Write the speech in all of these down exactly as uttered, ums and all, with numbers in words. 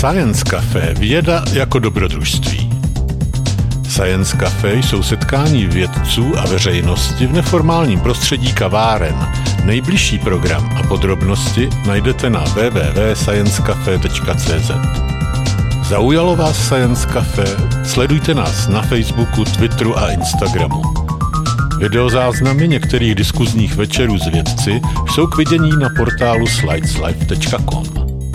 Science Café. Věda jako dobrodružství. Science Café jsou setkání vědců a veřejnosti v neformálním prostředí kaváren. Nejbližší program a podrobnosti najdete na w w w tečka science cafe tečka c z. Zaujalo vás Science Café? Sledujte nás na Facebooku, Twitteru a Instagramu. Videozáznamy některých diskuzních večerů s vědci jsou k vidění na portálu slides live tečka com.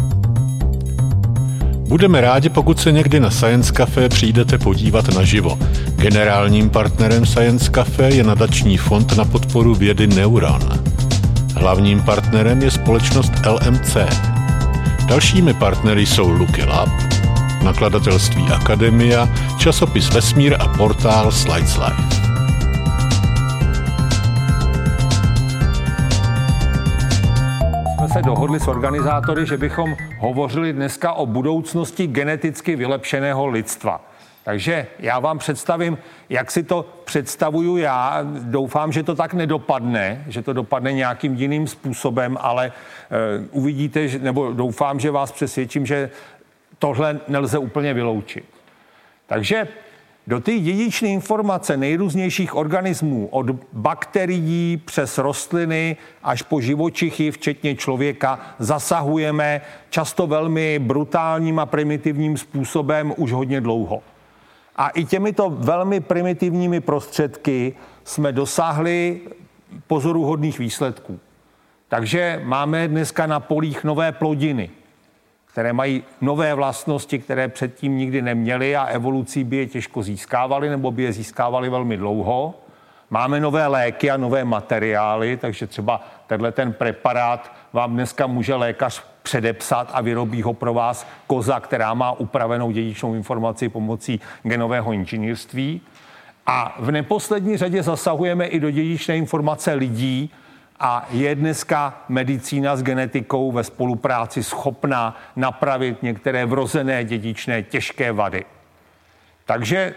Budeme rádi, pokud se někdy na Science Café přijdete podívat naživo. Generálním partnerem Science Café je nadační fond na podporu vědy Neuron. Hlavním partnerem je společnost L M C. Dalšími partnery jsou Lucky Lab, nakladatelství Akademia, časopis Vesmír a portál Slides Live. Se dohodli s organizátory, že bychom hovořili dneska o budoucnosti geneticky vylepšeného lidstva. Takže já vám představím, jak si to představuju já. Doufám, že to tak nedopadne, že to dopadne nějakým jiným způsobem, ale uh, uvidíte, že, nebo doufám, že vás přesvědčím, že tohle nelze úplně vyloučit. Takže do té dědičné informace nejrůznějších organismů, od bakterií přes rostliny až po živočichy, včetně člověka, zasahujeme často velmi brutálním a primitivním způsobem už hodně dlouho. A i těmito velmi primitivními prostředky jsme dosáhli pozoruhodných výsledků. Takže máme dneska na polích nové plodiny, které mají nové vlastnosti, které předtím nikdy neměly a evolucí by je těžko získávali nebo by je získávali velmi dlouho. Máme nové léky a nové materiály, takže třeba tenhle ten preparát vám dneska může lékař předepsat a vyrobí ho pro vás koza, která má upravenou dědičnou informaci pomocí genového inženýrství. A v neposlední řadě zasahujeme i do dědičné informace lidí, a je dneska medicína s genetikou ve spolupráci schopná napravit některé vrozené dědičné těžké vady. Takže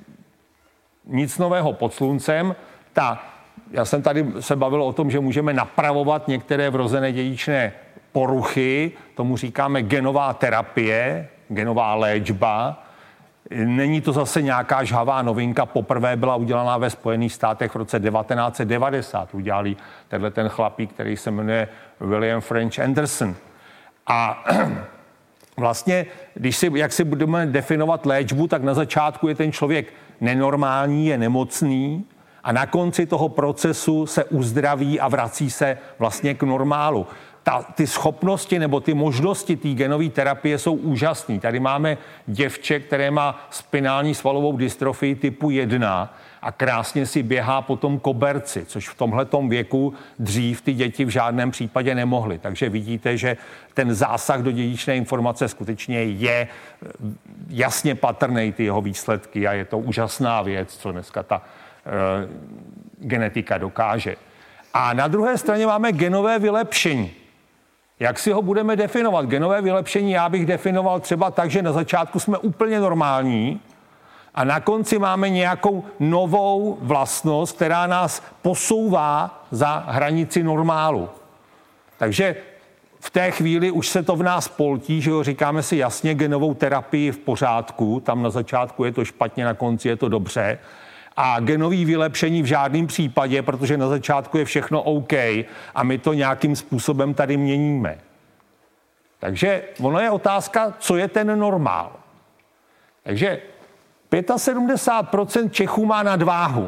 nic nového pod sluncem. Ta, já jsem tady se bavil o tom, že můžeme napravovat některé vrozené dědičné poruchy, tomu říkáme genová terapie, genová léčba. Není to zase nějaká žhavá novinka, poprvé byla udělaná ve Spojených státech v roce devatenáct set devadesát. Udělali tenhle ten chlapík, který se jmenuje William French Anderson. A vlastně, když si, jak si budeme definovat léčbu, tak na začátku je ten člověk nenormální, je nemocný a na konci toho procesu se uzdraví a vrací se vlastně k normálu. Ta, ty schopnosti nebo ty možnosti té genové terapie jsou úžasné. Tady máme děvče, které má spinální svalovou dystrofii typu jedna a krásně si běhá po tom koberci, což v tomhletom věku dřív ty děti v žádném případě nemohly. Takže vidíte, že ten zásah do dědičné informace skutečně je jasně patrný, ty jeho výsledky, a je to úžasná věc, co dneska ta e, genetika dokáže. A na druhé straně máme genové vylepšení. Jak si ho budeme definovat? Genové vylepšení já bych definoval třeba tak, že na začátku jsme úplně normální a na konci máme nějakou novou vlastnost, která nás posouvá za hranici normálu. Takže v té chvíli už se to v nás poltí, že jo, říkáme si jasně, genovou terapii v pořádku, tam na začátku je to špatně, na konci je to dobře. A genový vylepšení v žádném případě, protože na začátku je všechno OK a my to nějakým způsobem tady měníme. Takže ono je otázka, co je ten normál. Takže sedmdesát pět procent Čechů má nadváhu.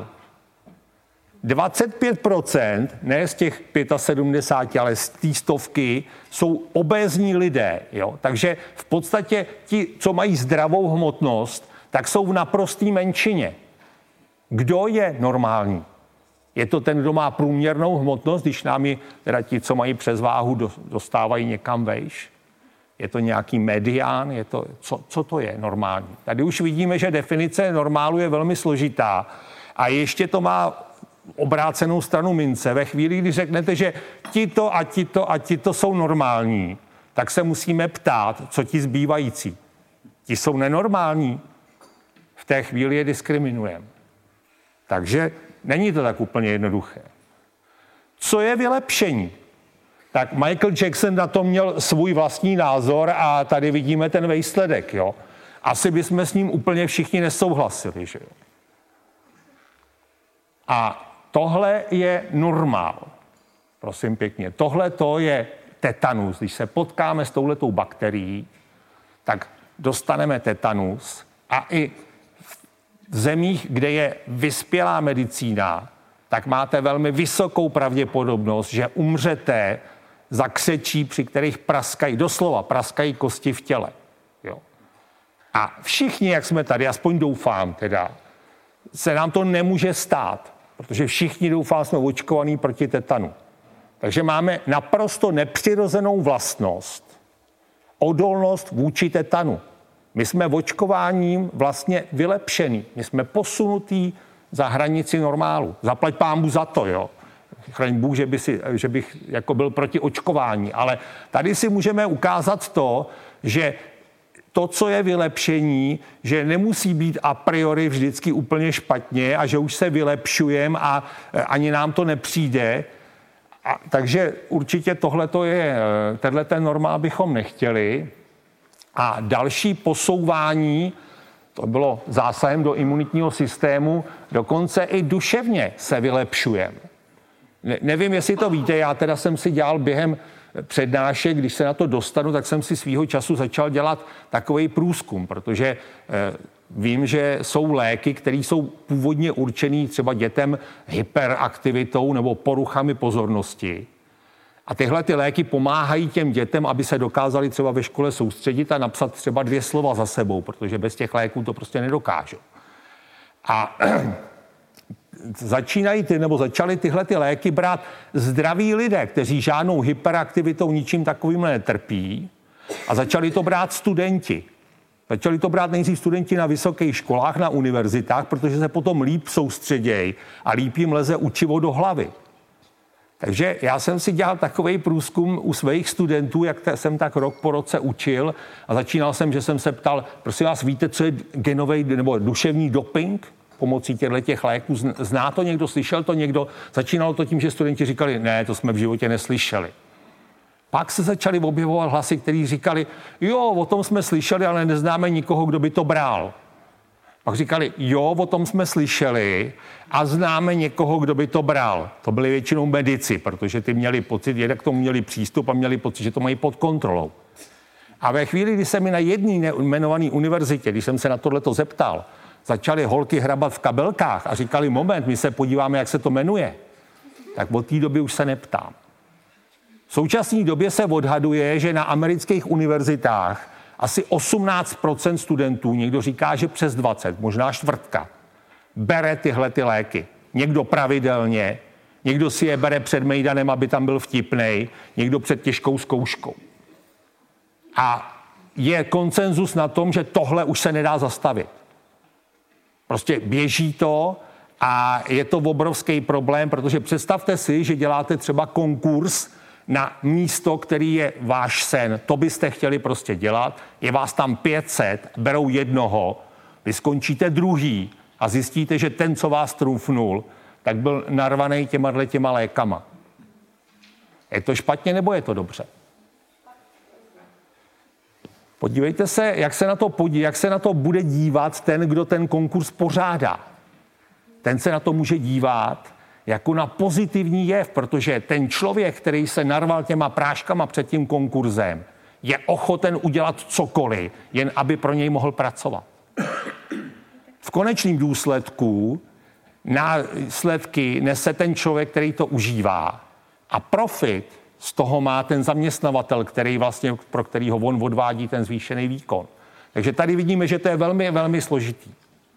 dvacet pět procent, ne z těch sedmdesát pět, ale z té stovky, jsou obézní lidé. Jo? Takže v podstatě ti, co mají zdravou hmotnost, tak jsou v naprosté menšině. Kdo je normální? Je to ten, kdo má průměrnou hmotnost, když nám ji, teda ti, co mají přezváhu, dostávají někam vejš? Je to nějaký medián? Je to, co, co to je normální? Tady už vidíme, že definice normálu je velmi složitá a ještě to má obrácenou stranu mince. Ve chvíli, kdy řeknete, že tito a tito a tito jsou normální, tak se musíme ptát, co ti zbývající. Ti jsou nenormální. V té chvíli je diskriminujeme. Takže není to tak úplně jednoduché. Co je vylepšení? tak Michael Jackson na to měl svůj vlastní názor a tady vidíme ten výsledek, jo. Asi bychom s ním úplně všichni nesouhlasili, že jo. A tohle je normál, prosím pěkně. Tohle to je tetanus. Když se potkáme s touhletou bakterií, tak dostaneme tetanus a i v zemích, kde je vyspělá medicína, tak máte velmi vysokou pravděpodobnost, že umřete za křečí, při kterých praskají, doslova praskají kosti v těle. Jo. A všichni, jak jsme tady, aspoň doufám teda, se nám to nemůže stát, protože všichni, doufám, jsme očkovaní proti tetanu. Takže máme naprosto nepřirozenou vlastnost, odolnost vůči tetanu. My jsme očkováním vlastně vylepšený. My jsme posunutý za hranici normálu. Zaplať pánbůh za to, jo. Chraň Bůh, že, by si, že bych jako byl proti očkování. Ale tady si můžeme ukázat to, že to, co je vylepšení, že nemusí být a priori vždycky úplně špatně a že už se vylepšujeme a ani nám to nepřijde. A, takže určitě tohleto je, tenhle ten normál bychom nechtěli. A další posouvání, to bylo zásahem do imunitního systému, dokonce i duševně se vylepšujeme. Ne, nevím, jestli to víte, já teda jsem si dělal během přednášek, když se na to dostanu, tak jsem si svýho času začal dělat takový průzkum, protože eh, vím, že jsou léky, které jsou původně určený třeba dětem hyperaktivitou nebo poruchami pozornosti. A tyhle ty léky pomáhají těm dětem, aby se dokázali třeba ve škole soustředit a napsat třeba dvě slova za sebou, protože bez těch léků to prostě nedokážou. A začínají ty, nebo začaly tyhle ty léky brát zdraví lidé, kteří žádnou hyperaktivitou ničím takovým netrpí, a začali to brát studenti. Začali to brát nejdřív studenti na vysokých školách, na univerzitách, protože se potom líp soustředějí a líp jim leze učivo do hlavy. Takže já jsem si dělal takovej průzkum u svých studentů, jak jsem tak rok po roce učil, a začínal jsem, že jsem se ptal, prosím vás, víte, co je genový nebo duševní doping pomocí těchto léků? Zná to někdo, slyšel to někdo? Začínalo to tím, že studenti říkali, ne, to jsme v životě neslyšeli. Pak se začaly objevovat hlasy, kteří říkali, jo, o tom jsme slyšeli, ale neznáme nikoho, kdo by to bral. Pak říkali, jo, o tom jsme slyšeli a známe někoho, kdo by to bral. To byli většinou medici, protože ty měli pocit, jednak k tomu měli přístup a měli pocit, že to mají pod kontrolou. A ve chvíli, kdy se mi na jedné jmenované univerzitě, když jsem se na tohleto zeptal, začaly holky hrabat v kabelkách a říkali, moment, my se podíváme, jak se to jmenuje, tak od té doby už se neptám. V současné době se odhaduje, že na amerických univerzitách asi osmnáct procent studentů, někdo říká, že přes dvacet, možná čtvrtka, bere tyhle ty léky. Někdo pravidelně, někdo si je bere před mejdanem, aby tam byl vtipnej, někdo před těžkou zkouškou. A je konsenzus na tom, že tohle už se nedá zastavit. Prostě běží to a je to obrovský problém, protože představte si, že děláte třeba konkurs na místo, který je váš sen. To byste chtěli prostě dělat. Je vás tam pět set, berou jednoho, vy skončíte druhý a zjistíte, že ten, co vás trumfnul, tak byl narvaný těma těma lékama. Je to špatně, nebo je to dobře? Podívejte se, jak se na to, podí, jak se na to bude dívat ten, kdo ten konkurs pořádá. Ten se na to může dívat jako na pozitivní jev, protože ten člověk, který se narval těma práškama před tím konkurzem, je ochoten udělat cokoliv, jen aby pro něj mohl pracovat. V konečném důsledku následky nese ten člověk, který to užívá, a profit z toho má ten zaměstnavatel, který vlastně, pro kterýho on odvádí ten zvýšený výkon. Takže tady vidíme, že to je velmi, velmi složitý.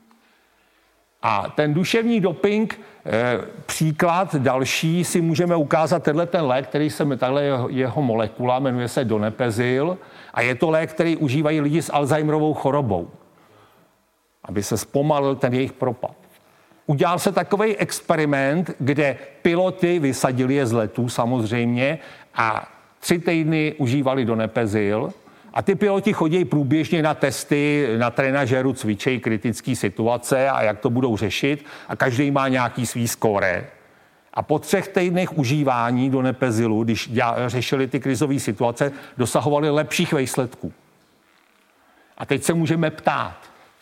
A ten duševní doping, eh, příklad další, si můžeme ukázat tenhle ten lék, který se, tahle jeho, jeho molekula, jmenuje se Donepezil, a je to lék, který užívají lidi s Alzheimerovou chorobou, aby se zpomalil ten jejich propad. Udělal se takový experiment, kde piloty vysadili je z letů samozřejmě a tři týdny užívali Donepezil. A ty piloti chodí průběžně na testy, na trenažéru cvičejí kritické situace a jak to budou řešit, a každý má nějaký svý skóre. A po třech týdnech užívání do Nepezilu, když řešili ty krizové situace, dosahovali lepších výsledků. A teď se můžeme ptát,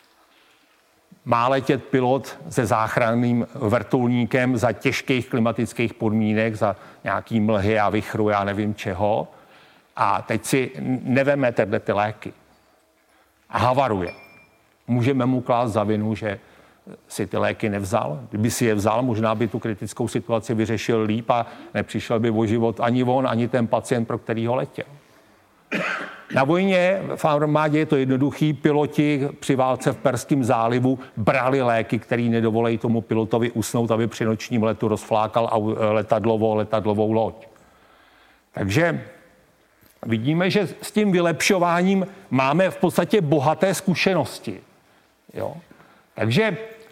má letět pilot se záchranným vrtulníkem za těžkých klimatických podmínek, za nějaký mlhy a vichru, já nevím čeho, a teď si neveme tyhle ty léky a havaruje. Můžeme mu klást za vinu, že si ty léky nevzal. Kdyby si je vzal, možná by tu kritickou situaci vyřešil líp a nepřišel by o život ani on, ani ten pacient, pro který ho letěl. Na vojně v armádě je to jednoduchý. Piloti při válce v Perském zálivu brali léky, které nedovolí tomu pilotovi usnout, aby při nočním letu rozflákal letadlovou, letadlovou loď. Takže vidíme, že s tím vylepšováním máme v podstatě bohaté zkušenosti. Jo? Takže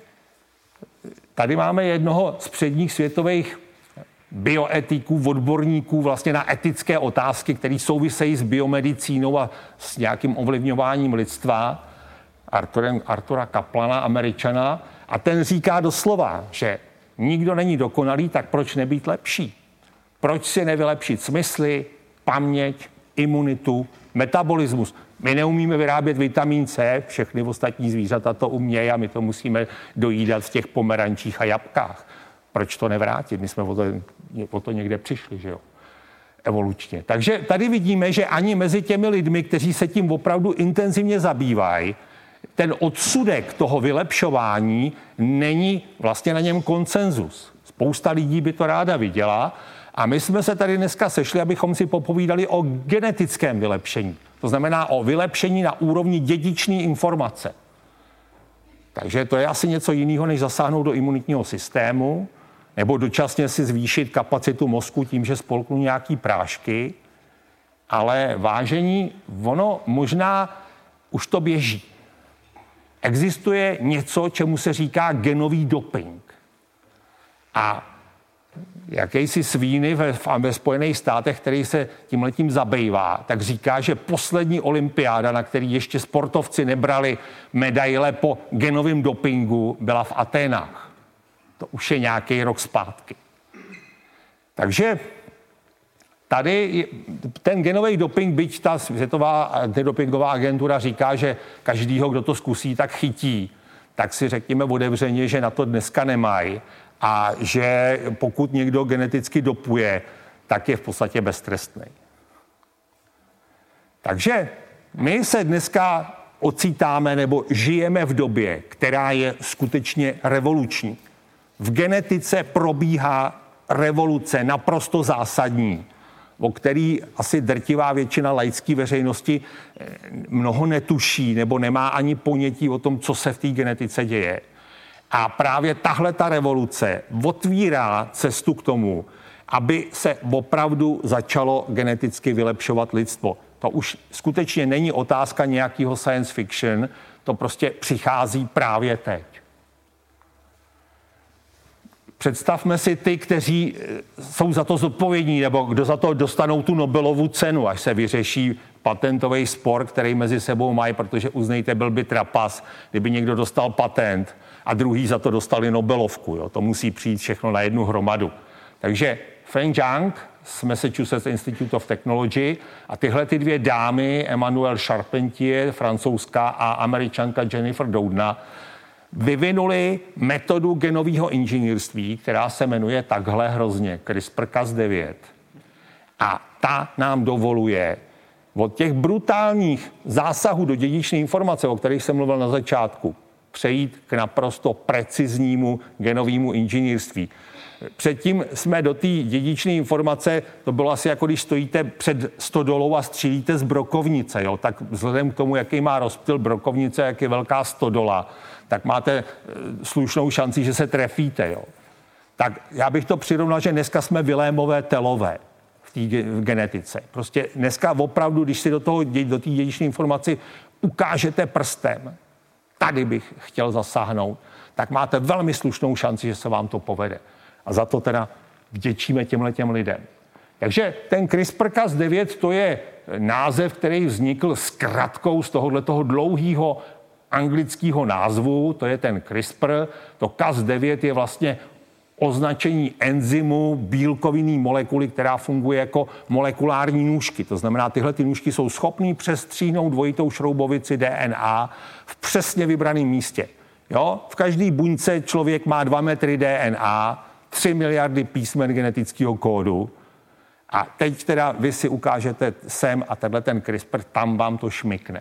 tady máme jednoho z předních světových bioetiků, odborníků vlastně na etické otázky, které souvisejí s biomedicínou a s nějakým ovlivňováním lidstva, Arturem, Artura Kaplana, Američana, a ten říká doslova, že nikdo není dokonalý, tak proč nebýt lepší? Proč si nevylepšit smysly, paměť, imunitu, metabolismus? My neumíme vyrábět vitamin C, všechny ostatní zvířata to umějí a my to musíme dojídat v těch pomerančích a jabkách. Proč to nevrátit? My jsme o to, o to někde přišli, že jo? Evolučně. Takže tady vidíme, že ani mezi těmi lidmi, kteří se tím opravdu intenzivně zabývají, ten odsudek toho vylepšování není vlastně na něm konsenzus. Spousta lidí by to ráda viděla a my jsme se tady dneska sešli, abychom si popovídali o genetickém vylepšení. To znamená o vylepšení na úrovni dědičné informace. Takže to je asi něco jiného, než zasáhnout do imunitního systému, nebo dočasně si zvýšit kapacitu mozku tím, že spolknu nějaký prášky. Ale vážení, ono možná už to běží. Existuje něco, čemu se říká genový doping. A jakýsi svíny ve, ve Spojených státech, který se tímhletím zabývá, tak říká, že poslední olympiáda, na který ještě sportovci nebrali medaile po genovém dopingu, byla v Aténách. To už je nějaký rok zpátky. Takže tady ten genový doping, byť ta světová antidopingová agentura říká, že každýho, kdo to zkusí, tak chytí, tak si řekněme otevřeně, že na to dneska nemají a že pokud někdo geneticky dopuje, tak je v podstatě beztrestný. Takže my se dneska ocitáme nebo žijeme v době, která je skutečně revoluční. V genetice probíhá revoluce naprosto zásadní, o který asi drtivá většina laické veřejnosti mnoho netuší nebo nemá ani ponětí o tom, co se v té genetice děje. A právě tahle ta revoluce otvírá cestu k tomu, aby se opravdu začalo geneticky vylepšovat lidstvo. To už skutečně není otázka nějakého science fiction, to prostě přichází právě teď. Představme si ty, kteří jsou za to zodpovědní, nebo kdo za to dostanou tu Nobelovu cenu, až se vyřeší patentový spor, který mezi sebou mají, protože uznejte, byl by trapas, kdyby někdo dostal patent a druhý za to dostali Nobelovku. Jo. To musí přijít všechno na jednu hromadu. Takže Feng Zhang z Massachusetts Institute of Technology a tyhle ty dvě dámy, Emmanuelle Charpentier, francouzská, a Američanka Jennifer Doudna, vyvinuli metodu genového inženýrství, která se jmenuje takhle hrozně CRISPR Cas devět. A ta nám dovoluje od těch brutálních zásahů do dědičné informace, o kterých jsem mluvil na začátku, přejít k naprosto preciznímu genovému inženýrství. Předtím jsme do té dědičné informace, to bylo asi jako když stojíte před stodolou a střílíte z brokovnice, jo? Tak vzhledem k tomu, jaký má rozptyl brokovnice, jak je velká stodola, tak máte slušnou šanci, že se trefíte. Jo? Tak já bych to přirovnal, že dneska jsme Vilémové telové v té genetice. Prostě dneska opravdu, když si do toho, do té dědičné informaci ukážete prstem, tady bych chtěl zasáhnout, tak máte velmi slušnou šanci, že se vám to povede. A za to teda vděčíme těmhletěm lidem. Takže ten CRISPR Cas devět, to je název, který vznikl zkratkou z tohoto dlouhého anglického názvu, to je ten CRISPR. To Cas devět je vlastně označení enzymu bílkovinné molekuly, která funguje jako molekulární nůžky. To znamená, tyhle ty nůžky jsou schopný přestříhnout dvojitou šroubovici D N A v přesně vybraném místě. Jo? V každé buňce člověk má dva metry D N A, tři miliardy písmen genetického kódu a teď teda vy si ukážete sem a tenhle ten CRISPR, tam vám to šmykne.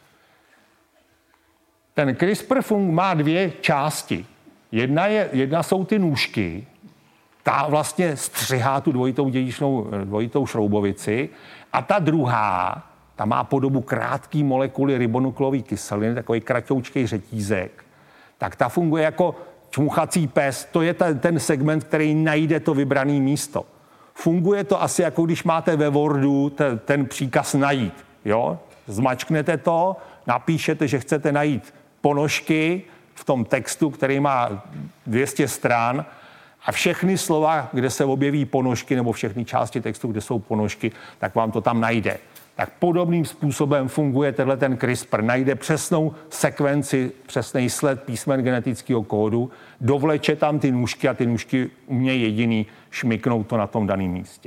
Ten CRISPR fung má dvě části. Jedna, je, jedna jsou ty nůžky, ta vlastně střihá tu dvojitou dědičnou dvojitou šroubovici a ta druhá, ta má podobu krátké molekuly ribonukleové kyseliny, takový kratoučký řetízek, tak ta funguje jako čmuchací pes, to je ten, ten segment, který najde to vybrané místo. Funguje to asi jako když máte ve Wordu ten, ten příkaz najít, jo? Zmačknete to, napíšete, že chcete najít ponožky v tom textu, který má dvě stě stran a všechny slova, kde se objeví ponožky nebo všechny části textu, kde jsou ponožky, tak vám to tam najde. Tak podobným způsobem funguje tenhle ten CRISPR. Najde přesnou sekvenci, přesný sled písmen genetického kódu, dovleče tam ty nůžky a ty nůžky umějí jediný šmyknout to na tom daném místě.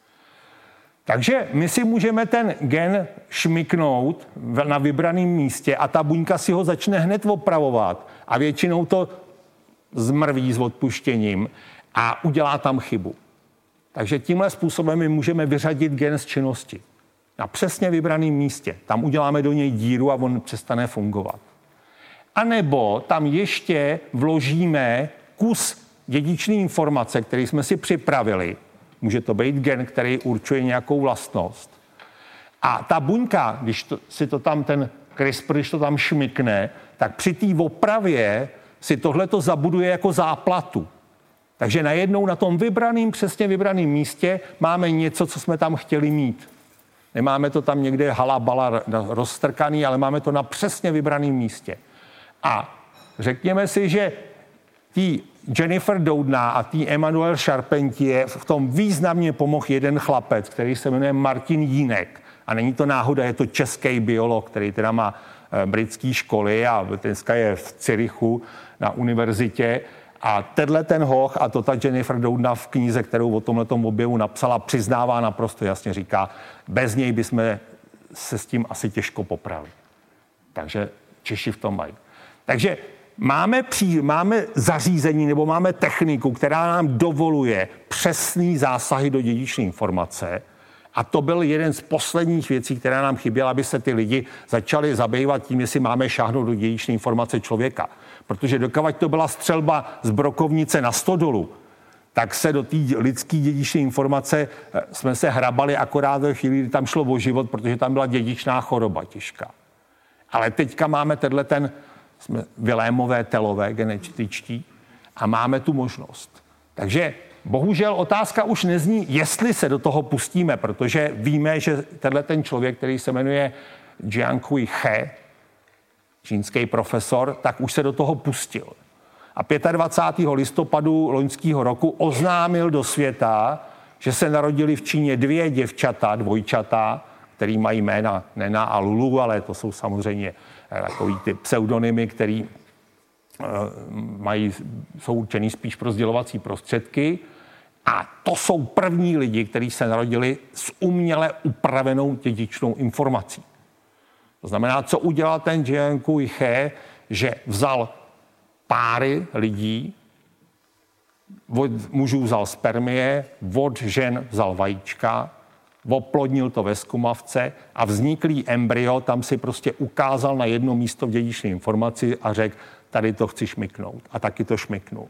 Takže my si můžeme ten gen šmyknout na vybraném místě a ta buňka si ho začne hned opravovat a většinou to zmrví s odpuštěním a udělá tam chybu. Takže tímhle způsobem my můžeme vyřadit gen z činnosti. Na přesně vybraném místě. Tam uděláme do něj díru a on přestane fungovat. A nebo tam ještě vložíme kus dědičné informace, který jsme si připravili. Může to být gen, který určuje nějakou vlastnost. A ta buňka, když to, si to tam ten CRISPR, když to tam šmykne, tak při té opravě si tohleto zabuduje jako záplatu. Takže najednou na tom vybraném, přesně vybraném místě máme něco, co jsme tam chtěli mít. Nemáme to tam někde halabala roztrkaný, ale máme to na přesně vybraném místě. A řekněme si, že tý Jennifer Doudna a tý Emmanuel Charpentier v tom významně pomohl jeden chlapec, který se jmenuje Martin Jínek. A není to náhoda, je to český biolog, který teda má britské školy a dneska je v Curychu na univerzitě. A tenhle ten hoch, a to ta Jennifer Doudna v knize, kterou o tomhletom objevu napsala, přiznává naprosto jasně, říká, bez něj bychom se s tím asi těžko popravili. Takže Češi v tom mají. Takže máme, pří, máme zařízení nebo máme techniku, která nám dovoluje přesný zásahy do dědičné informace. A to byl jeden z posledních věcí, která nám chyběla, aby se ty lidi začali zabývat tím, jestli máme šáhnout do dědičné informace člověka. Protože dokud to byla střelba z brokovnice na stodolu, tak se do té lidské dědičné informace jsme se hrabali akorát ve chvíli, kdy tam šlo o život, protože tam byla dědičná choroba těžká. Ale teďka máme tenhle ten, jsme Vilémové telové genetičtí a máme tu možnost. Takže bohužel otázka už nezní, jestli se do toho pustíme, protože víme, že tenhle ten člověk, který se jmenuje Jiankui He, čínský profesor, tak už se do toho pustil. A dvacátého pátého listopadu loňského roku oznámil do světa, že se narodili v Číně dvě děvčata, dvojčata, který mají jména Nena a Lulu, ale to jsou samozřejmě takový ty pseudonymy, který uh, mají, jsou určený spíš pro sdělovací prostředky. A to jsou první lidi, kteří se narodili s uměle upravenou dědičnou informací. To znamená, co udělal ten Jiankui He, že vzal páry lidí, od mužů vzal spermie, od žen vzal vajíčka, oplodnil to ve zkumavce a vzniklý embryo tam si prostě ukázal na jedno místo v dědičné informaci a řekl, tady to chci šmyknout. A taky to šmyknul.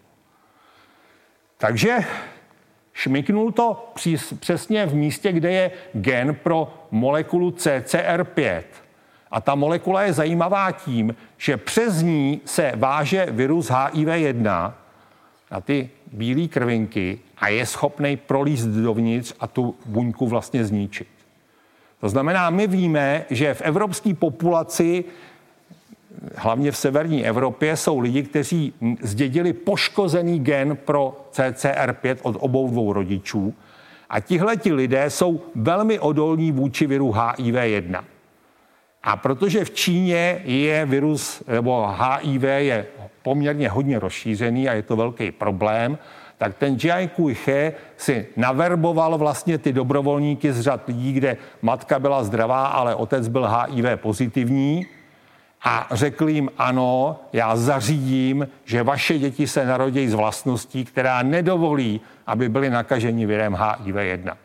Takže šmyknul to přesně v místě, kde je gen pro molekulu C C R pět. A ta molekula je zajímavá tím, že přes ní se váže virus H I V jedna na ty bílé krvinky a je schopný prolízt dovnitř a tu buňku vlastně zničit. To znamená, my víme, že v evropské populaci, hlavně v severní Evropě, jsou lidi, kteří zdědili poškozený gen pro C C R pět od obou dvou rodičů a tihleti lidé jsou velmi odolní vůči viru H I V jedna. A protože v Číně je virus, nebo H I V je poměrně hodně rozšířený a je to velký problém, tak ten Chiang Kai-he si naverboval vlastně ty dobrovolníky z řad lidí, kde matka byla zdravá, ale otec byl H I V pozitivní a řekl jim ano, já zařídím, že vaše děti se narodí s vlastností, která nedovolí, aby byly nakaženi virem H I V jedna.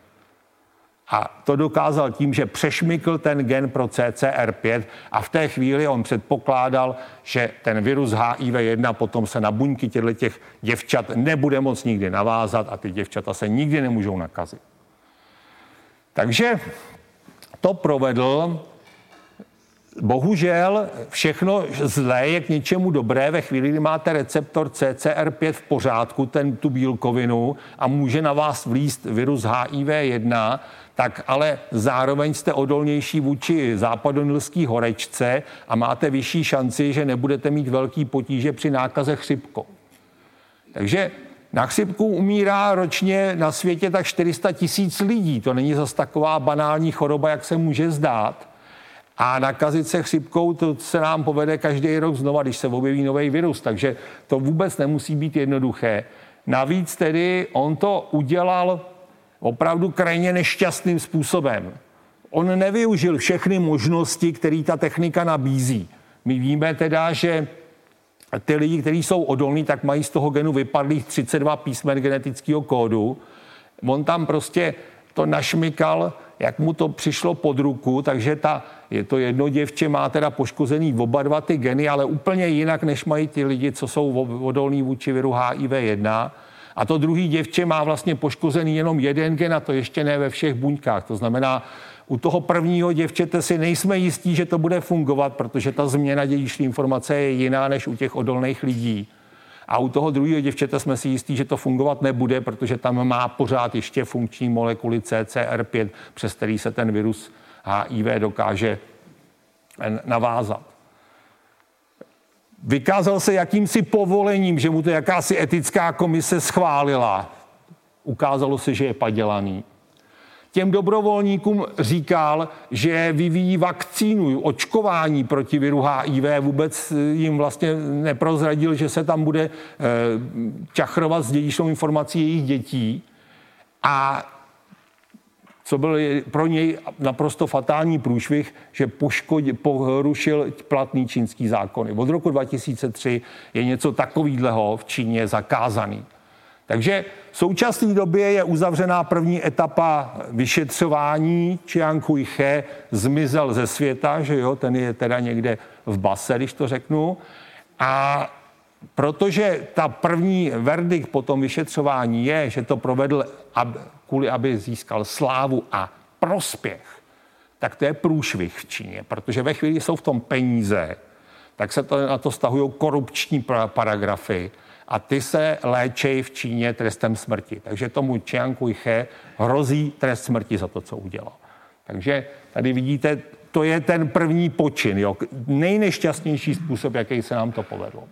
A to dokázal tím, že přešmykl ten gen pro C C R pět a v té chvíli on předpokládal, že ten virus H I V jedna potom se na buňky těchto děvčat nebude moc nikdy navázat a ty děvčata se nikdy nemůžou nakazit. Takže to provedl. Bohužel všechno zlé je k něčemu dobré ve chvíli, kdy máte receptor C C R pět v pořádku, ten, tu bílkovinu a může na vás vlízt virus H I V jedna, tak ale zároveň jste odolnější vůči západonilské horečce a máte vyšší šanci, že nebudete mít velký potíže při nákaze chřipkou. Takže na chřipku umírá ročně na světě tak čtyři sta tisíc lidí. To není zas taková banální choroba, jak se může zdát. A nakazit se chřipkou, to se nám povede každý rok znova, když se objeví nový virus. Takže to vůbec nemusí být jednoduché. Navíc tedy on to udělal opravdu krajně nešťastným způsobem. On nevyužil všechny možnosti, které ta technika nabízí. My víme teda, že ty lidi, kteří jsou odolní, tak mají z toho genu vypadlých třicet dva písmen genetického kódu. On tam prostě to našmykal, jak mu to přišlo pod ruku, takže ta, je to jedno děvče má teda poškozený oba dva ty geny, ale úplně jinak, než mají ty lidi, co jsou odolní vůči viru H I V jedna. A to druhý děvče má vlastně poškozený jenom jeden gen a to ještě ne ve všech buňkách. To znamená, u toho prvního děvčete si nejsme jistí, že to bude fungovat, protože ta změna dědičné informace je jiná než u těch odolných lidí. A u toho druhého děvčete jsme si jistí, že to fungovat nebude, protože tam má pořád ještě funkční molekuly C C R pět, přes který se ten virus H I V dokáže navázat. Vykázal se jakýmsi povolením, že mu to jakási etická komise schválila. Ukázalo se, že je padělaný. Těm dobrovolníkům říkal, že vyvíjí vakcínu, očkování proti viru H I V. Vůbec jim vlastně neprozradil, že se tam bude čachrovat s dědičnou informací jejich dětí. A co byl pro něj naprosto fatální průšvih, že poškodil, porušil platný čínský zákony. Od roku dva tisíce tři je něco takového v Číně zakázaný. Takže v současné době je uzavřená první etapa vyšetřování. Chiang Kai-he zmizel ze světa, že jo, ten je teda někde v base, když to řeknu. A protože ta první verdikt po tom vyšetřování je, že to provedl ab, kvůli, aby získal slávu a prospěch, tak to je průšvih v Číně, protože ve chvíli jsou v tom peníze, tak se to, na to stahují korupční paragrafy a ty se léčejí v Číně trestem smrti. Takže tomu Chiang Kai-he hrozí trest smrti za to, co udělal. Takže tady vidíte, to je ten první počin, jo, nejnešťastnější způsob, jaký se nám to povedlo.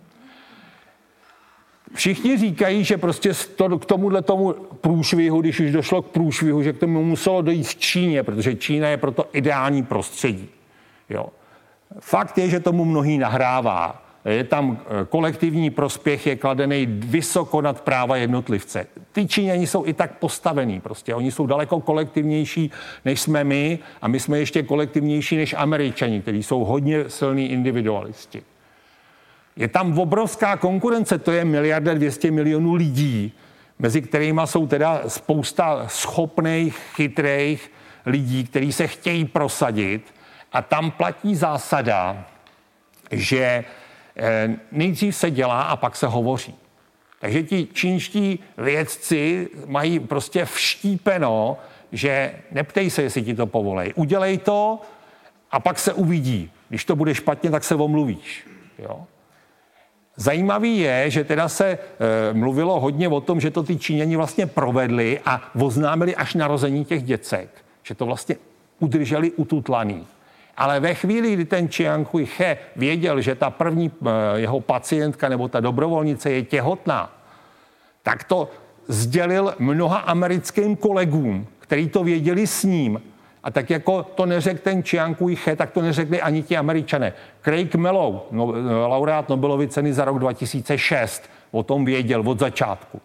Všichni říkají, že prostě to, k tomuhle tomu průšvihu, když už došlo k průšvihu, že k tomu muselo dojít v Číně, protože Čína je proto ideální prostředí. Jo. Fakt je, že tomu mnohý nahrává. Je tam kolektivní prospěch, je kladený vysoko nad práva jednotlivce. Ty Číňani jsou i tak postavený prostě. Oni jsou daleko kolektivnější, než jsme my a my jsme ještě kolektivnější než Američani, kteří jsou hodně silní individualisti. Je tam obrovská konkurence, to je miliarda dvě stě milionů lidí, mezi kterými jsou teda spousta schopných, chytrých lidí, kteří se chtějí prosadit a tam platí zásada, že nejdřív se dělá a pak se hovoří. Takže ti čínští vědci mají prostě vštípeno, že neptej se, jestli ti to povolej. Udělej to a pak se uvidí. Když to bude špatně, tak se omluvíš. Jo? Zajímavý je, že teda se e, mluvilo hodně o tom, že to ty Číňani vlastně provedli a oznámili až narození těch děcek. Že to vlastně udrželi ututlaný. Ale ve chvíli, kdy ten Chiang Kai-he věděl, že ta první e, jeho pacientka nebo ta dobrovolnice je těhotná, tak to sdělil mnoha americkým kolegům, kteří to věděli s ním. A tak jako to neřekl ten Chiang Kai-he, tak to neřekli ani ti Američané. Craig Mellow, no, laureát Nobelovy ceny za rok dva tisíce šest, o tom věděl od začátku.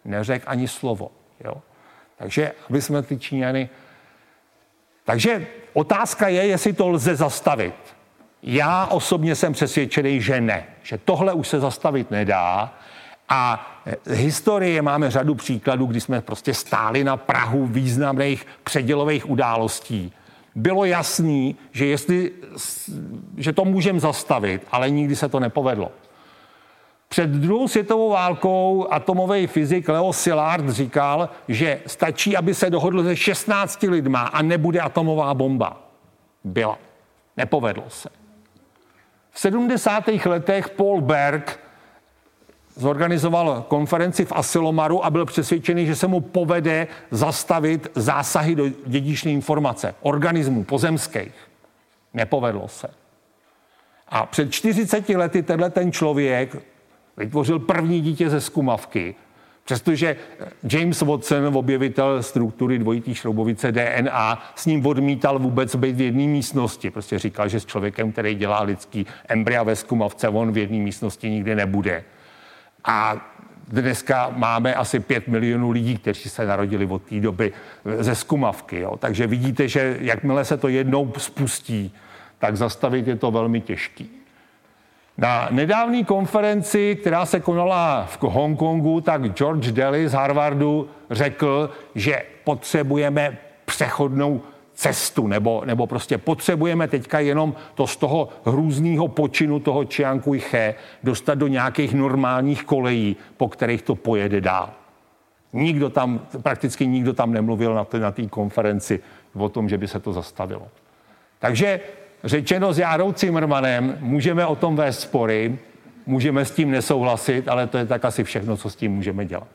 neřekl ani slovo. Jo? Takže, aby jsme ty Číňany... Takže otázka je, jestli to lze zastavit. Já osobně jsem přesvědčený, že ne. Že tohle už se zastavit nedá. A historie máme řadu příkladů, kdy jsme prostě stáli na prahu významných předělových událostí. Bylo jasný, že, jestli, že to můžeme zastavit, ale nikdy se to nepovedlo. Před druhou světovou válkou atomový fyzik Leo Szilard říkal, že stačí, aby se dohodl se šestnácti lidma a nebude atomová bomba. Byla. Nepovedlo se. V sedmdesátých letech Paul Berg zorganizoval konferenci v Asilomar a byl přesvědčený, že se mu povede zastavit zásahy do dědičné informace, organismů pozemských. Nepovedlo se. A před čtyřiceti lety tenhle ten člověk vytvořil první dítě ze zkumavky, přestože James Watson, objevitel struktury dvojitý šroubovice D N A, s ním odmítal vůbec být v jedné místnosti. Prostě říkal, že s člověkem, který dělá lidský embrya ve zkumavce, on v jedné místnosti nikdy nebude. A dneska máme asi pět milionů lidí, kteří se narodili od té doby ze zkumavky. Jo. Takže vidíte, že jakmile se to jednou spustí, tak zastavit je to velmi těžký. Na nedávné konferenci, která se konala v Hongkongu, tak George Daly z Harvardu řekl, že potřebujeme přechodnou cestu, nebo, nebo prostě potřebujeme teďka jenom to z toho hrůzného počinu toho Chiang Kai-che dostat do nějakých normálních kolejí, po kterých to pojede dál. Nikdo tam, prakticky nikdo tam nemluvil na té na té konferenci o tom, že by se to zastavilo. Takže řečeno s Járou Cimrmanem, můžeme o tom vést spory, můžeme s tím nesouhlasit, ale to je tak asi všechno, co s tím můžeme dělat.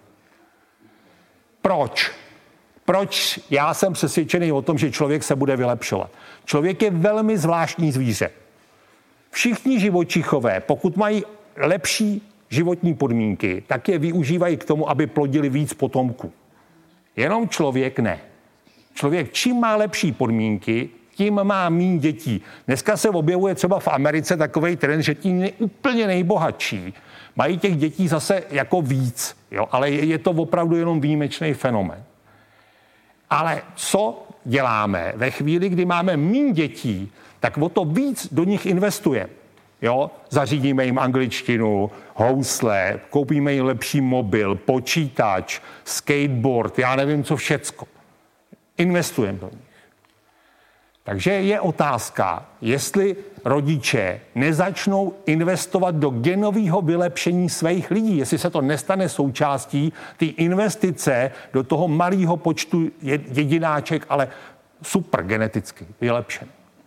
Proč? Proč já jsem přesvědčený o tom, že člověk se bude vylepšovat? Člověk je velmi zvláštní zvíře. Všichni živočichové, pokud mají lepší životní podmínky, tak je využívají k tomu, aby plodili víc potomků. Jenom člověk ne. Člověk čím má lepší podmínky, tím má míň dětí. Dneska se objevuje třeba v Americe takovej trend, že ti úplně nejbohatší mají těch dětí zase jako víc, jo? Ale je to opravdu jenom výjimečný fenomén. Ale co děláme ve chvíli, kdy máme míň dětí, tak o to víc do nich investujeme. Jo? Zařídíme jim angličtinu, housle, koupíme jim lepší mobil, počítač, skateboard, já nevím co všecko. Investujeme do nich. Takže je otázka, jestli rodiče nezačnou investovat do genového vylepšení svých lidí, jestli se to nestane součástí ty investice do toho malého počtu jedináček, ale super geneticky vylepšený.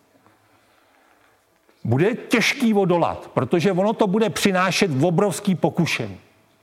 Bude těžký odolat, protože ono to bude přinášet obrovský pokušení.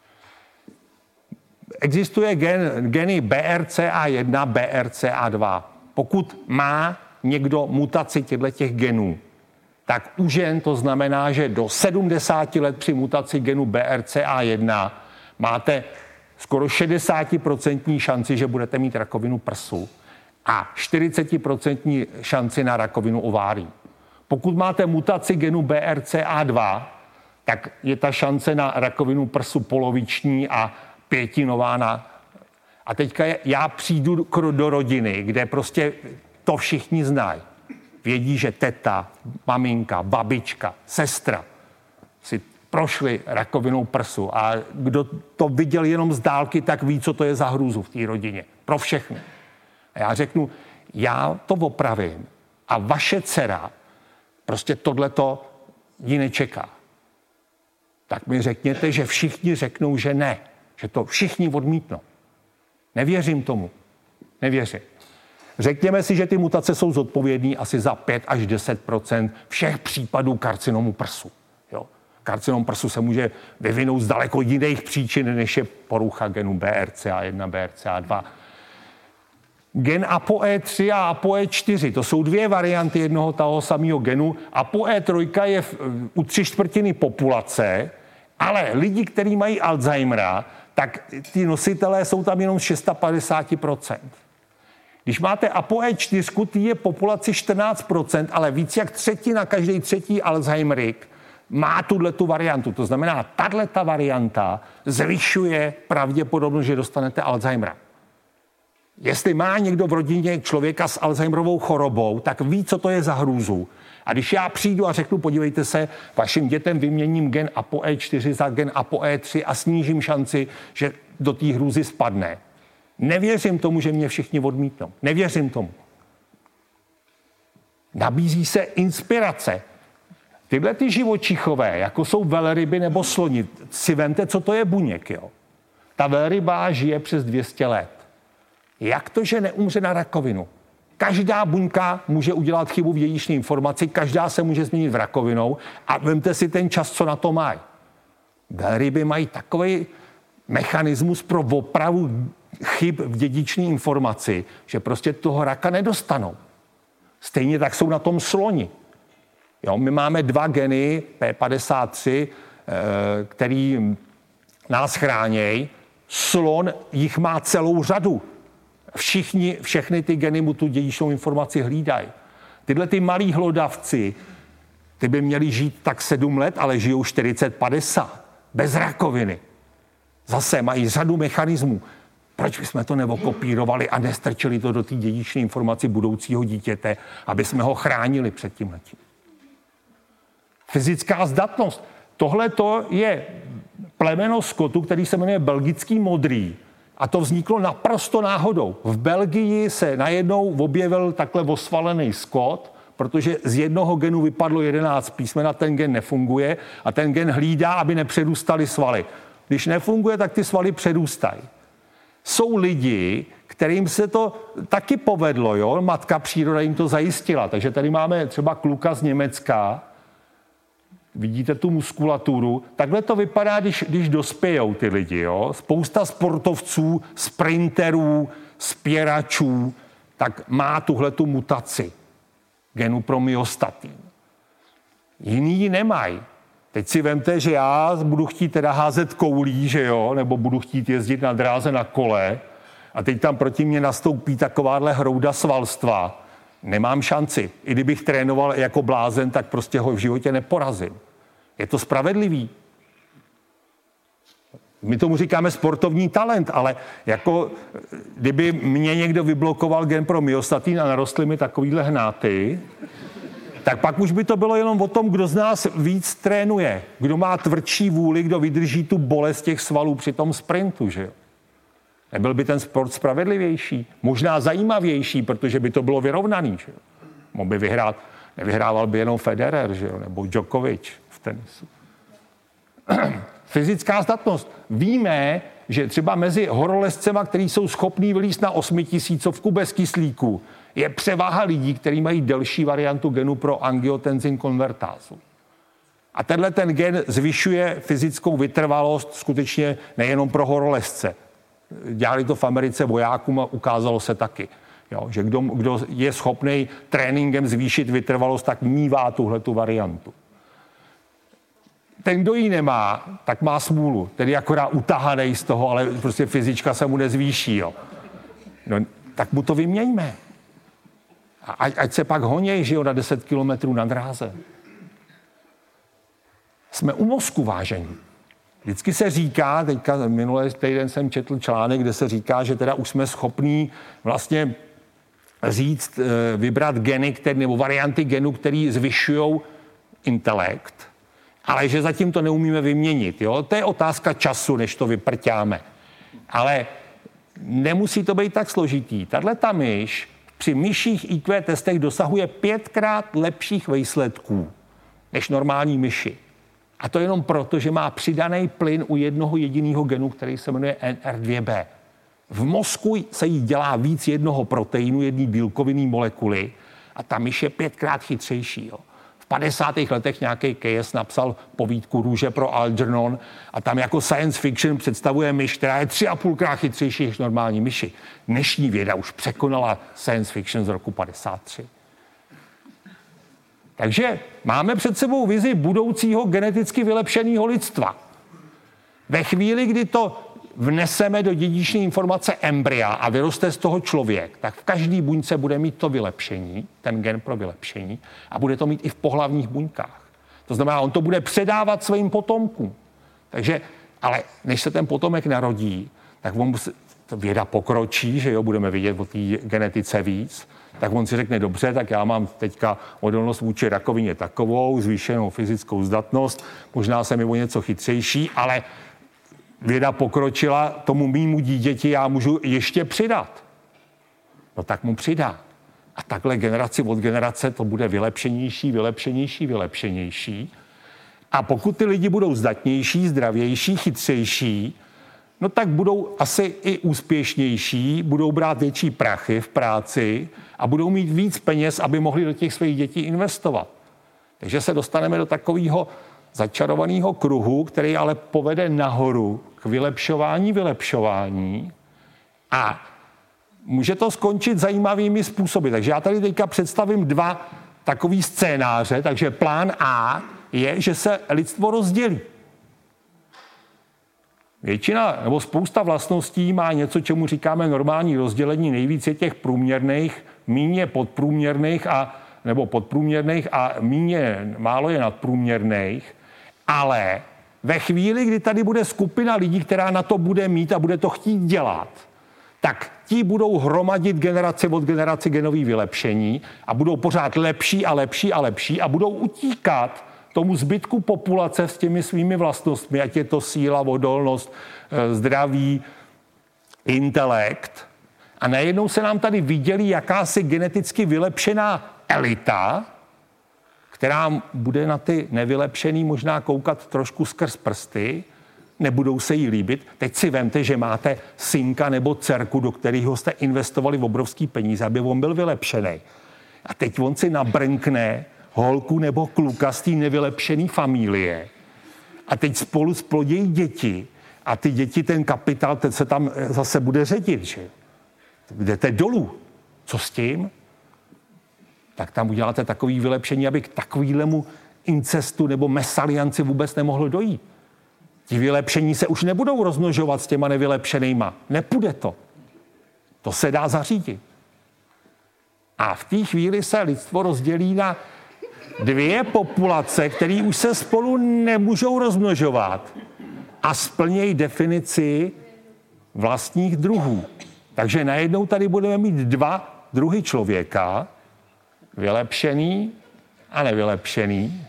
Existuje gen, geny B R C A jedna, B R C A dva. Pokud má někdo mutaci těchto genů, tak u žen to znamená, že do sedmdesáti let při mutaci genu B R C A jedna máte skoro šedesát procent šanci, že budete mít rakovinu prsu a čtyřicet procent šanci na rakovinu ovárií. Pokud máte mutaci genu B R C A dva, tak je ta šance na rakovinu prsu poloviční a pětinová na... A teďka já přijdu do rodiny, kde prostě to všichni znají. Vědí, že teta, maminka, babička, sestra si prošli rakovinou prsu a kdo to viděl jenom z dálky, tak ví, co to je za hrůzu v té rodině. Pro všechny. A já řeknu, já to opravím a vaše dcera prostě tohleto ji nečeká. Tak mi řekněte, že všichni řeknou, že ne. Že to všichni odmítnou. Nevěřím tomu. Nevěřím. Řekněme si, že ty mutace jsou zodpovědné asi za pět až deset procent všech případů karcinomu prsu. Jo. Karcinom prsu se může vyvinout z daleko jiných příčin, než je porucha genu B R C A jedna, B R C A dva. Gen A P O E tři a A P O E čtyři, to jsou dvě varianty jednoho toho samého genu. A P O E tři je v, u tři čtvrtiny populace, ale lidi, kteří mají Alzheimera, tak ty nositelé jsou tam jenom z padesát šest procent. Když máte A P O E čtyři, ty je populaci čtrnáct procent, ale víc jak třetina, každý třetí Alzheimerik má tuhletu variantu. To znamená, tato varianta zvyšuje pravděpodobnost, že dostanete Alzheimera. Jestli má někdo v rodině člověka s Alzheimerovou chorobou, tak ví, co to je za hrůzu. A když já přijdu a řeknu, podívejte se, vašim dětem vyměním gen A P O E čtyři za gen A P O E tři a snížím šanci, že do té hrůzy spadne. Nevěřím tomu, že mě všichni odmítnou. Nevěřím tomu. Nabízí se inspirace. Tyhle ty živočichové, jako jsou velryby nebo sloni, si vemte, co to je buněk, jo. Ta velryba žije přes dvě stě let. Jak to, že neumře na rakovinu? Každá buňka může udělat chybu v dědičné informaci, každá se může změnit v rakovinou a vemte si ten čas, co na to mají. Velryby mají takový mechanismus pro opravu chyb v dědičné informaci, že prostě toho raka nedostanou. Stejně tak jsou na tom sloni. Jo, my máme dva geny P padesát tři, který nás chránějí. Slon jich má celou řadu. Všichni, všechny ty geny mu tu dědičnou informaci hlídají. Tyhle ty malí hlodavci, ty by měli žít tak sedm let, ale žijou čtyřicet padesát. Bez rakoviny. Zase mají řadu mechanismů. Proč bychom to neokopírovali a nestrčili to do té dědičné informaci budoucího dítěte, aby jsme ho chránili před tímhletím? Fyzická zdatnost. Tohle to je plemeno skotu, který se jmenuje belgický modrý. A to vzniklo naprosto náhodou. V Belgii se najednou objevil takhle osvalený skot, protože z jednoho genu vypadlo jedenáct písmen a ten gen nefunguje a ten gen hlídá, aby nepředůstaly svaly. Když nefunguje, tak ty svaly předůstají. Jsou lidi, kterým se to taky povedlo, jo? Matka příroda jim to zajistila. Takže tady máme třeba kluka z Německa, vidíte tu muskulaturu, takhle to vypadá, když, když dospějou ty lidi. Jo? Spousta sportovců, sprinterů, spěračů, tak má tuhletu mutaci genu pro myostatin. Jiný ji nemají. Teď si vemte, že já budu chtít teda házet koulí, že jo, nebo budu chtít jezdit na dráze na kole a teď tam proti mě nastoupí takováhle hrouda svalstva. Nemám šanci. I kdybych trénoval jako blázen, tak prostě ho v životě neporazím. Je to spravedlivý. My tomu říkáme sportovní talent, ale jako kdyby mě někdo vyblokoval gen pro myostatin a narostly mi takovýhle hnáty, tak pak už by to bylo jenom o tom, kdo z nás víc trénuje. Kdo má tvrdší vůli, kdo vydrží tu bolest těch svalů při tom sprintu, že jo? Nebyl by ten sport spravedlivější, možná zajímavější, protože by to bylo vyrovnaný, že jo? Mohl by vyhrát, nevyhrával by jenom Federer, že jo? Nebo Djokovic v tenisu. Fyzická zdatnost. Víme, že třeba mezi horolezcema, kteří jsou schopní vylízt na osmitisícovku bez kyslíku, je převaha lidí, kteří mají delší variantu genu pro angiotenzin konvertázu. A tenhle ten gen zvyšuje fyzickou vytrvalost skutečně nejenom pro horolezce. Dělali to v Americe vojákům a ukázalo se taky. Jo, že kdo, kdo je schopný tréninkem zvýšit vytrvalost, tak mívá tuhletu variantu. Ten, kdo ji nemá, tak má smůlu. Tedy akorát utahanej z toho, ale prostě fyzička se mu nezvýší. Jo. No, tak mu to vyměňme. A ať, ať se pak honěj, že jo, na deset kilometrů na dráze. Jsme u mozku vážení. Vždycky se říká, teďka minulý týden jsem četl článek, kde se říká, že teda už jsme schopní vlastně říct, vybrat geny, které, nebo varianty genů, které zvyšují intelekt, ale že zatím to neumíme vyměnit. Jo? To je otázka času, než to vyprťáme. Ale nemusí to být tak složitý. Tato myš při myších í kvé testech dosahuje pětkrát lepších výsledků než normální myši. A to jenom proto, že má přidaný plyn u jednoho jediného genu, který se jmenuje N R dva B. V mozku se jí dělá víc jednoho proteinu, jedné bílkovinné molekuly a ta myš je pětkrát chytřejší. Jo. V padesátých letech nějaký K S napsal povídku Růže pro Algernon a tam jako science fiction představuje myš, která je tři a půlkrát chytřejší než normální myši. Dnešní věda už překonala science fiction z roku padesát tři. Takže máme před sebou vizi budoucího geneticky vylepšeného lidstva. Ve chvíli, kdy to vneseme do dědičné informace embrya a vyroste z toho člověk, tak v každé buňce bude mít to vylepšení, ten gen pro vylepšení, a bude to mít i v pohlavních buňkách. To znamená, on to bude předávat svým potomkům. Takže, ale než se ten potomek narodí, tak on věda pokročí, že jo, budeme vidět o té genetice víc, tak on si řekne, dobře, tak já mám teďka odolnost vůči rakovině takovou, zvýšenou fyzickou zdatnost, možná jsem i o něco chytřejší, ale věda pokročila, tomu mýmu dítěti já můžu ještě přidat. No tak mu přidá. A takhle generaci od generace to bude vylepšenější, vylepšenější, vylepšenější. A pokud ty lidi budou zdatnější, zdravější, chytřejší, no tak budou asi i úspěšnější, budou brát větší prachy v práci a budou mít víc peněz, aby mohli do těch svých dětí investovat. Takže se dostaneme do takového začarovaného kruhu, který ale povede nahoru k vylepšování, vylepšování a může to skončit zajímavými způsoby. Takže já tady teďka představím dva takový scénáře. Takže plán A je, že se lidstvo rozdělí. Většina nebo spousta vlastností má něco, čemu říkáme normální rozdělení. Nejvíc je těch průměrných, míně podprůměrných a, nebo podprůměrných a míně málo je nadprůměrných. Ale ve chvíli, kdy tady bude skupina lidí, která na to bude mít a bude to chtít dělat, tak ti budou hromadit generaci od generaci genový vylepšení a budou pořád lepší a lepší a lepší a budou utíkat tomu zbytku populace s těmi svými vlastnostmi, ať je to síla, odolnost, zdraví, intelekt. A najednou se nám tady viděli jakási geneticky vylepšená elita, která bude na ty nevylepšený možná koukat trošku skrz prsty, nebudou se jí líbit. Teď si vemte, že máte synka nebo dcerku, do kterého jste investovali v obrovský peníze, aby on byl vylepšený. A teď on si nabrnkne holku nebo kluka z té nevylepšené familie. A teď spolu splodí děti. A ty děti, ten kapitál, teď se tam zase bude ředit, že? Jdete dolů. Co s tím? Tak tam uděláte takový vylepšení, aby k takovýhlemu incestu nebo mesalianci vůbec nemohlo dojít. Ti vylepšení se už nebudou rozmnožovat s těma nevylepšenýma. Nepůjde to. To se dá zařídit. A v té chvíli se lidstvo rozdělí na dvě populace, které už se spolu nemůžou rozmnožovat a splnějí definici vlastních druhů. Takže najednou tady budeme mít dva druhy člověka, vylepšený a nevylepšený.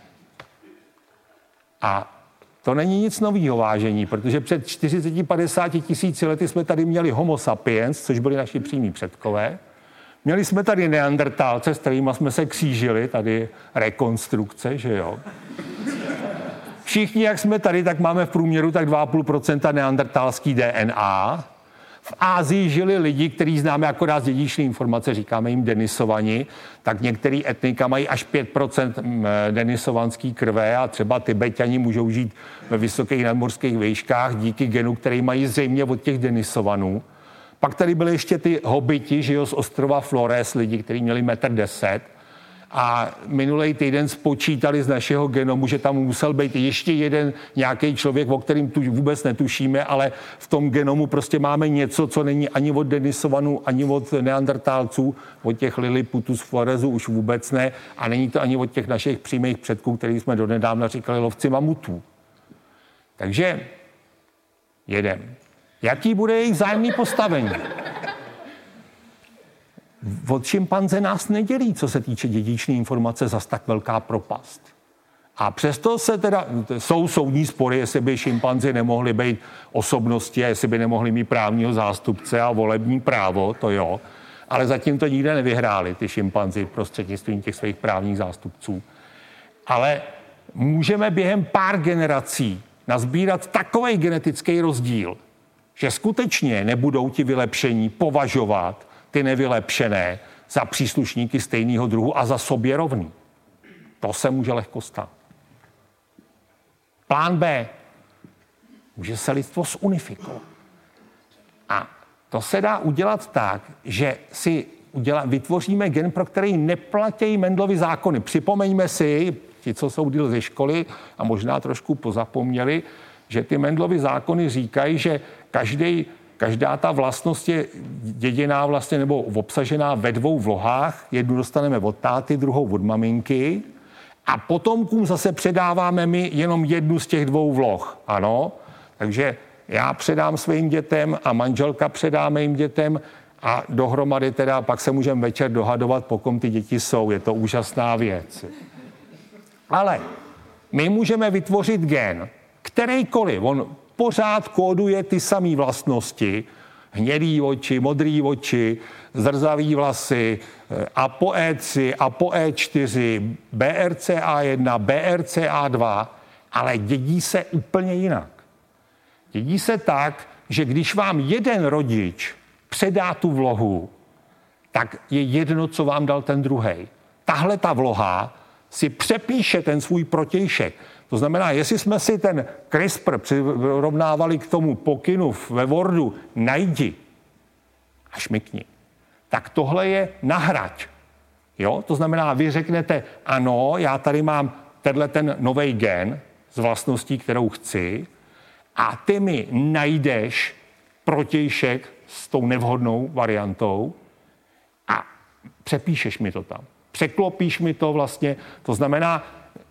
A to není nic novýho, vážení, protože před čtyřiceti padesáti tisíci lety jsme tady měli homo sapiens, což byli naši přímí předkové. Měli jsme tady neandertálce, s kterými jsme se křížili, tady rekonstrukce, že jo. Všichni, jak jsme tady, tak máme v průměru tak dva a půl procenta neandertálský D N A. V Ázii žili lidi, kteří známe akorát z dědičné informace, říkáme jim denisovani, tak některý etnika mají až pět procent denisovanský krve a třeba Tibetani můžou žít ve vysokých nadmořských výškách díky genu, který mají zřejmě od těch denisovanů. Pak tady byly ještě ty hobiti, že jo, z ostrova Flores, lidi, kteří měli metr deset. A minulý týden spočítali z našeho genomu, že tam musel být ještě jeden nějaký člověk, o kterým tu vůbec netušíme, ale v tom genomu prostě máme něco, co není ani od Denisovanů, ani od neandertálců, od těch Lilliputů z Floresu už vůbec ne, a není to ani od těch našich přímých předků, který jsme donedávna říkali lovci mamutů. Takže jedem. Jaký bude jejich vzájemný postavení? Od šimpanze nás nedělí, co se týče dědičné informace, zas tak velká propast. A přesto se teda, jsou soudní spory, jestli by šimpanzi nemohli být osobnosti a jestli by nemohli mít právního zástupce a volební právo, to jo. Ale zatím to nikde nevyhráli, ty šimpanzi, prostřednictvím těch svých právních zástupců. Ale můžeme během pár generací nazbírat takovej genetický rozdíl, že skutečně nebudou ti vylepšení považovat ty nevylepšené za příslušníky stejného druhu a za sobě rovný. To se může lehko stát. Plán B. Může se lidstvo zunifikovat. A to se dá udělat tak, že si udělá, vytvoříme gen, pro který neplatí Mendlovy zákony. Připomeňme si, ti, co jsou díl ze školy a možná trošku pozapomněli, že ty Mendlovy zákony říkají, že každý Každá ta vlastnost je děděná vlastně nebo obsažená ve dvou vlohách. Jednu dostaneme od táty, druhou od maminky. A potomkům zase předáváme my jenom jednu z těch dvou vloh. Ano, takže já předám svým dětem a manželka předá mým dětem a dohromady teda pak se můžeme večer dohadovat, po kom ty děti jsou. Je to úžasná věc. Ale my můžeme vytvořit gen, kterýkoliv, on pořád kóduje ty samé vlastnosti, hnědý oči, modrý oči, zrzavý vlasy, A P O E tři, A P O E čtyři, B R C A jedna, B R C A dva, ale dědí se úplně jinak. Dědí se tak, že když vám jeden rodič předá tu vlohu, tak je jedno, co vám dal ten druhej. Tahle ta vloha si přepíše ten svůj protějšek. To znamená, jestli jsme si ten CRISPR přirovnávali k tomu pokynu ve Wordu najdi a šmykni, tak tohle je nahraď. Jo? To znamená, vy řeknete, ano, já tady mám tenhle ten novej gen z vlastností, kterou chci, a ty mi najdeš protějšek s tou nevhodnou variantou a přepíšeš mi to tam. Překlopíš mi to vlastně, to znamená,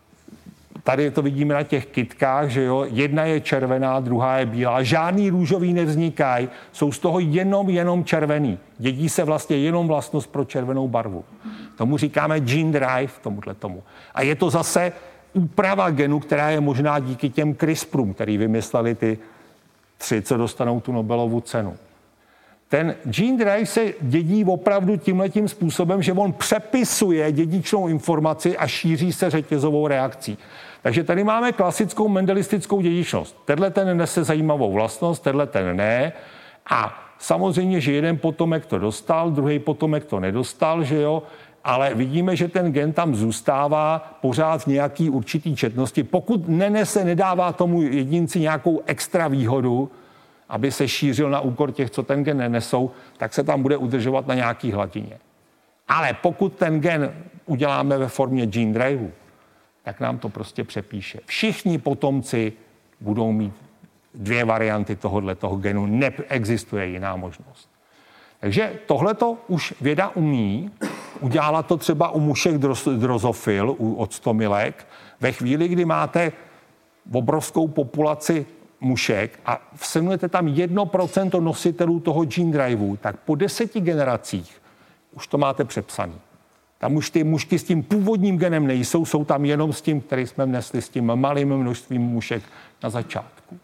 tady to vidíme na těch kytkách, že jo, jedna je červená, druhá je bílá, žádný růžový nevznikají, jsou z toho jenom, jenom červený. Dědí se vlastně jenom vlastnost pro červenou barvu. Tomu říkáme gene drive, tomuhle tomu. A je to zase úprava genu, která je možná díky těm CRISPRům, který vymysleli ty tři, co dostanou tu Nobelovu cenu. Ten gene drive se dědí opravdu tímhletím způsobem, že on přepisuje dědičnou informaci a šíří se řetězovou reakcí. Takže tady máme klasickou mendelistickou dědičnost. Tenhle ten nese zajímavou vlastnost, tenhle ten ne. A samozřejmě, že jeden potomek to dostal, druhý potomek to nedostal, že jo, ale vidíme, že ten gen tam zůstává pořád v nějaký určitý četnosti. Pokud nenese, nedává tomu jedinci nějakou extra výhodu, aby se šířil na úkor těch, co ten gen nenesou, tak se tam bude udržovat na nějaký hladině. Ale pokud ten gen uděláme ve formě gene driveu, tak nám to prostě přepíše. Všichni potomci budou mít dvě varianty tohohle toho genu. Neexistuje jiná možnost. Takže tohleto už věda umí. Udělala to třeba u mušek drozofil, u octomilek. Ve chvíli, kdy máte obrovskou populaci mušek a vsemujete tam jedno procento nositelů toho gene driveu, tak po deseti generacích už to máte přepsaný. Tam už ty mušky s tím původním genem nejsou, jsou tam jenom s tím, který jsme vnesli, s tím malým množstvím mušek na začátku.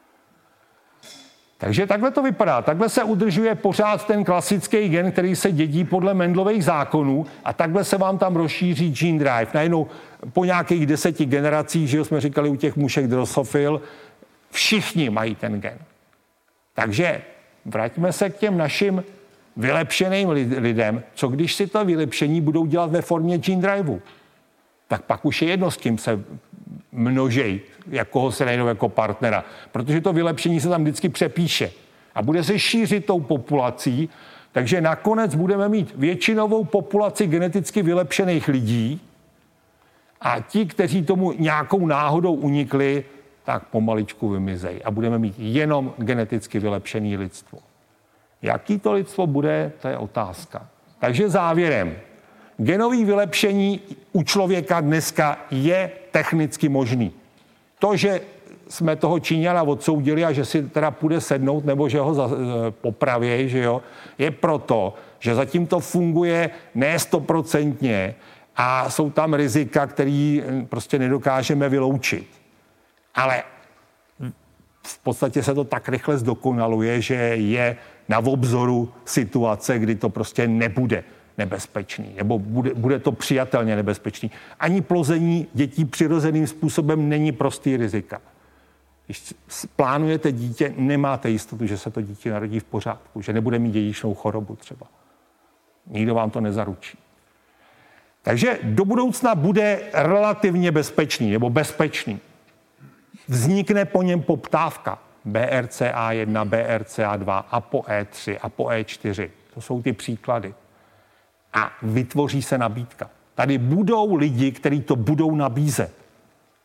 Takže takhle to vypadá. Takhle se udržuje pořád ten klasický gen, který se dědí podle Mendelových zákonů a takhle se vám tam rozšíří gene drive. Najednou po nějakých deseti generacích, že jsme říkali u těch mušek drosofil, všichni mají ten gen. Takže vraťme se k těm našim vylepšeným lidem, co když si to vylepšení budou dělat ve formě gene driveu. Tak pak už je jedno, s tím se množej, jakoho se najdou jako partnera. Protože to vylepšení se tam vždycky přepíše a bude se šířit tou populací, takže nakonec budeme mít většinovou populaci geneticky vylepšených lidí a ti, kteří tomu nějakou náhodou unikli, tak pomaličku vymizejí a budeme mít jenom geneticky vylepšené lidstvo. Jaký to lidstvo bude, to je otázka. Takže závěrem. Genové vylepšení u člověka dneska je technicky možný. To, že jsme toho Číňana odsoudili a že si teda půjde sednout nebo že ho popravějí, že jo, je proto, že zatím to funguje ne stoprocentně a jsou tam rizika, které prostě nedokážeme vyloučit. Ale v podstatě se to tak rychle zdokonaluje, že je na obzoru situace, kdy to prostě nebude nebezpečný, nebo bude, bude to přijatelně nebezpečný. Ani plození dětí přirozeným způsobem není prostý rizika. Když plánujete dítě, nemáte jistotu, že se to dítě narodí v pořádku, že nebude mít dědičnou chorobu třeba. Nikdo vám to nezaručí. Takže do budoucna bude relativně bezpečný, nebo bezpečný. Vznikne po něm poptávka. B R C A jedna, B R C A dva, A P O E tři, A P O E čtyři. To jsou ty příklady. A vytvoří se nabídka. Tady budou lidi, kteří to budou nabízet.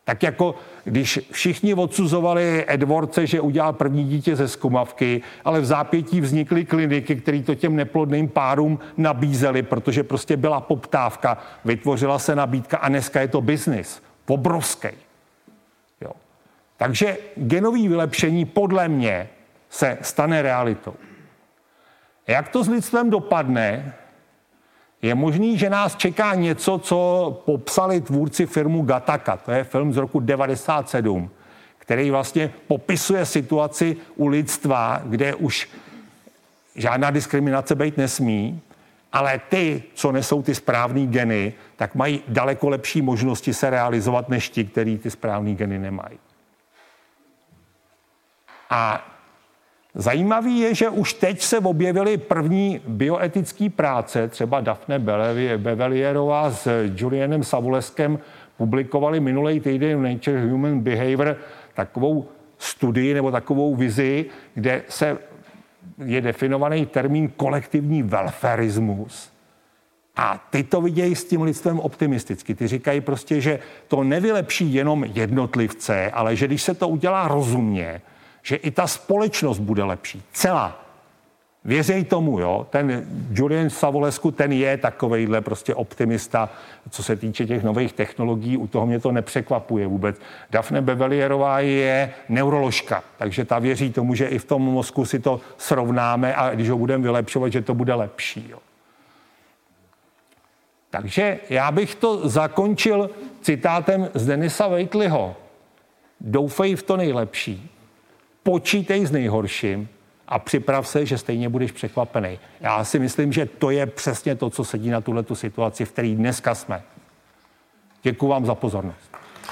Tak jako když všichni odsuzovali Edwardse, že udělal první dítě ze zkumavky, ale v zápětí vznikly kliniky, které to těm neplodným párům nabízely, protože prostě byla poptávka, vytvořila se nabídka a dneska je to biznis. Obrovský. Jo. Takže genové vylepšení podle mě se stane realitou. Jak to s lidstvem dopadne, je možný, že nás čeká něco, co popsali tvůrci filmu Gattaca. To je film z roku devadesát sedm, který vlastně popisuje situaci u lidstva, kde už žádná diskriminace být nesmí, ale ty, co nesou ty správný geny, tak mají daleko lepší možnosti se realizovat než ti, kteří ty správný geny nemají. A zajímavý je, že už teď se objevily první bioetické práce, třeba Daphne Bevelierová s Julianem Savuleskem publikovali minulý týden v Nature Human Behavior takovou studii nebo takovou vizi, kde se je definovaný termín kolektivní welfarismus. A ty to vidějí s tím lidstvem optimisticky. Ty říkají prostě, že to nevylepší jenom jednotlivce, ale že když se to udělá rozumně, že i ta společnost bude lepší. Celá. Věřej tomu, jo. Ten Julian Savulesku, ten je takovejhle prostě optimista, co se týče těch nových technologií, u toho mě to nepřekvapuje vůbec. Daphne Bevelierová je neuroložka, takže ta věří tomu, že i v tom mozku si to srovnáme a když ho budeme vylepšovat, že to bude lepší, jo. Takže já bych to zakončil citátem z Denisa Waitleyho. Doufej v to nejlepší. Počítej s nejhorším a připrav se, že stejně budeš překvapený. Já si myslím, že to je přesně to, co sedí na tuhletu situaci, v které dneska jsme. Děkuji vám za pozornost.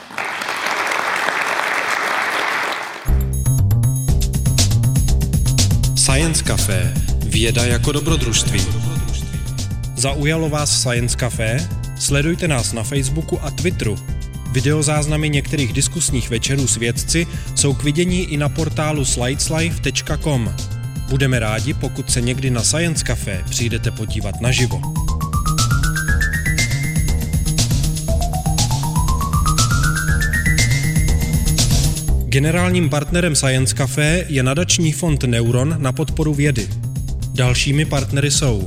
Science Café. Věda jako dobrodružství. Zaujalo vás Science Café? Sledujte nás na Facebooku a Twitteru. Videozáznamy některých diskusních večerů s vědci jsou k vidění i na portálu slideslife tečka com. Budeme rádi, pokud se někdy na Science Café přijdete podívat naživo. Generálním partnerem Science Café je nadační fond Neuron na podporu vědy. Dalšími partnery jsou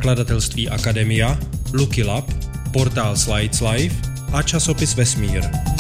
nakladatelství Akademia, Lucky Lab, portál Slides Life a časopis Vesmír.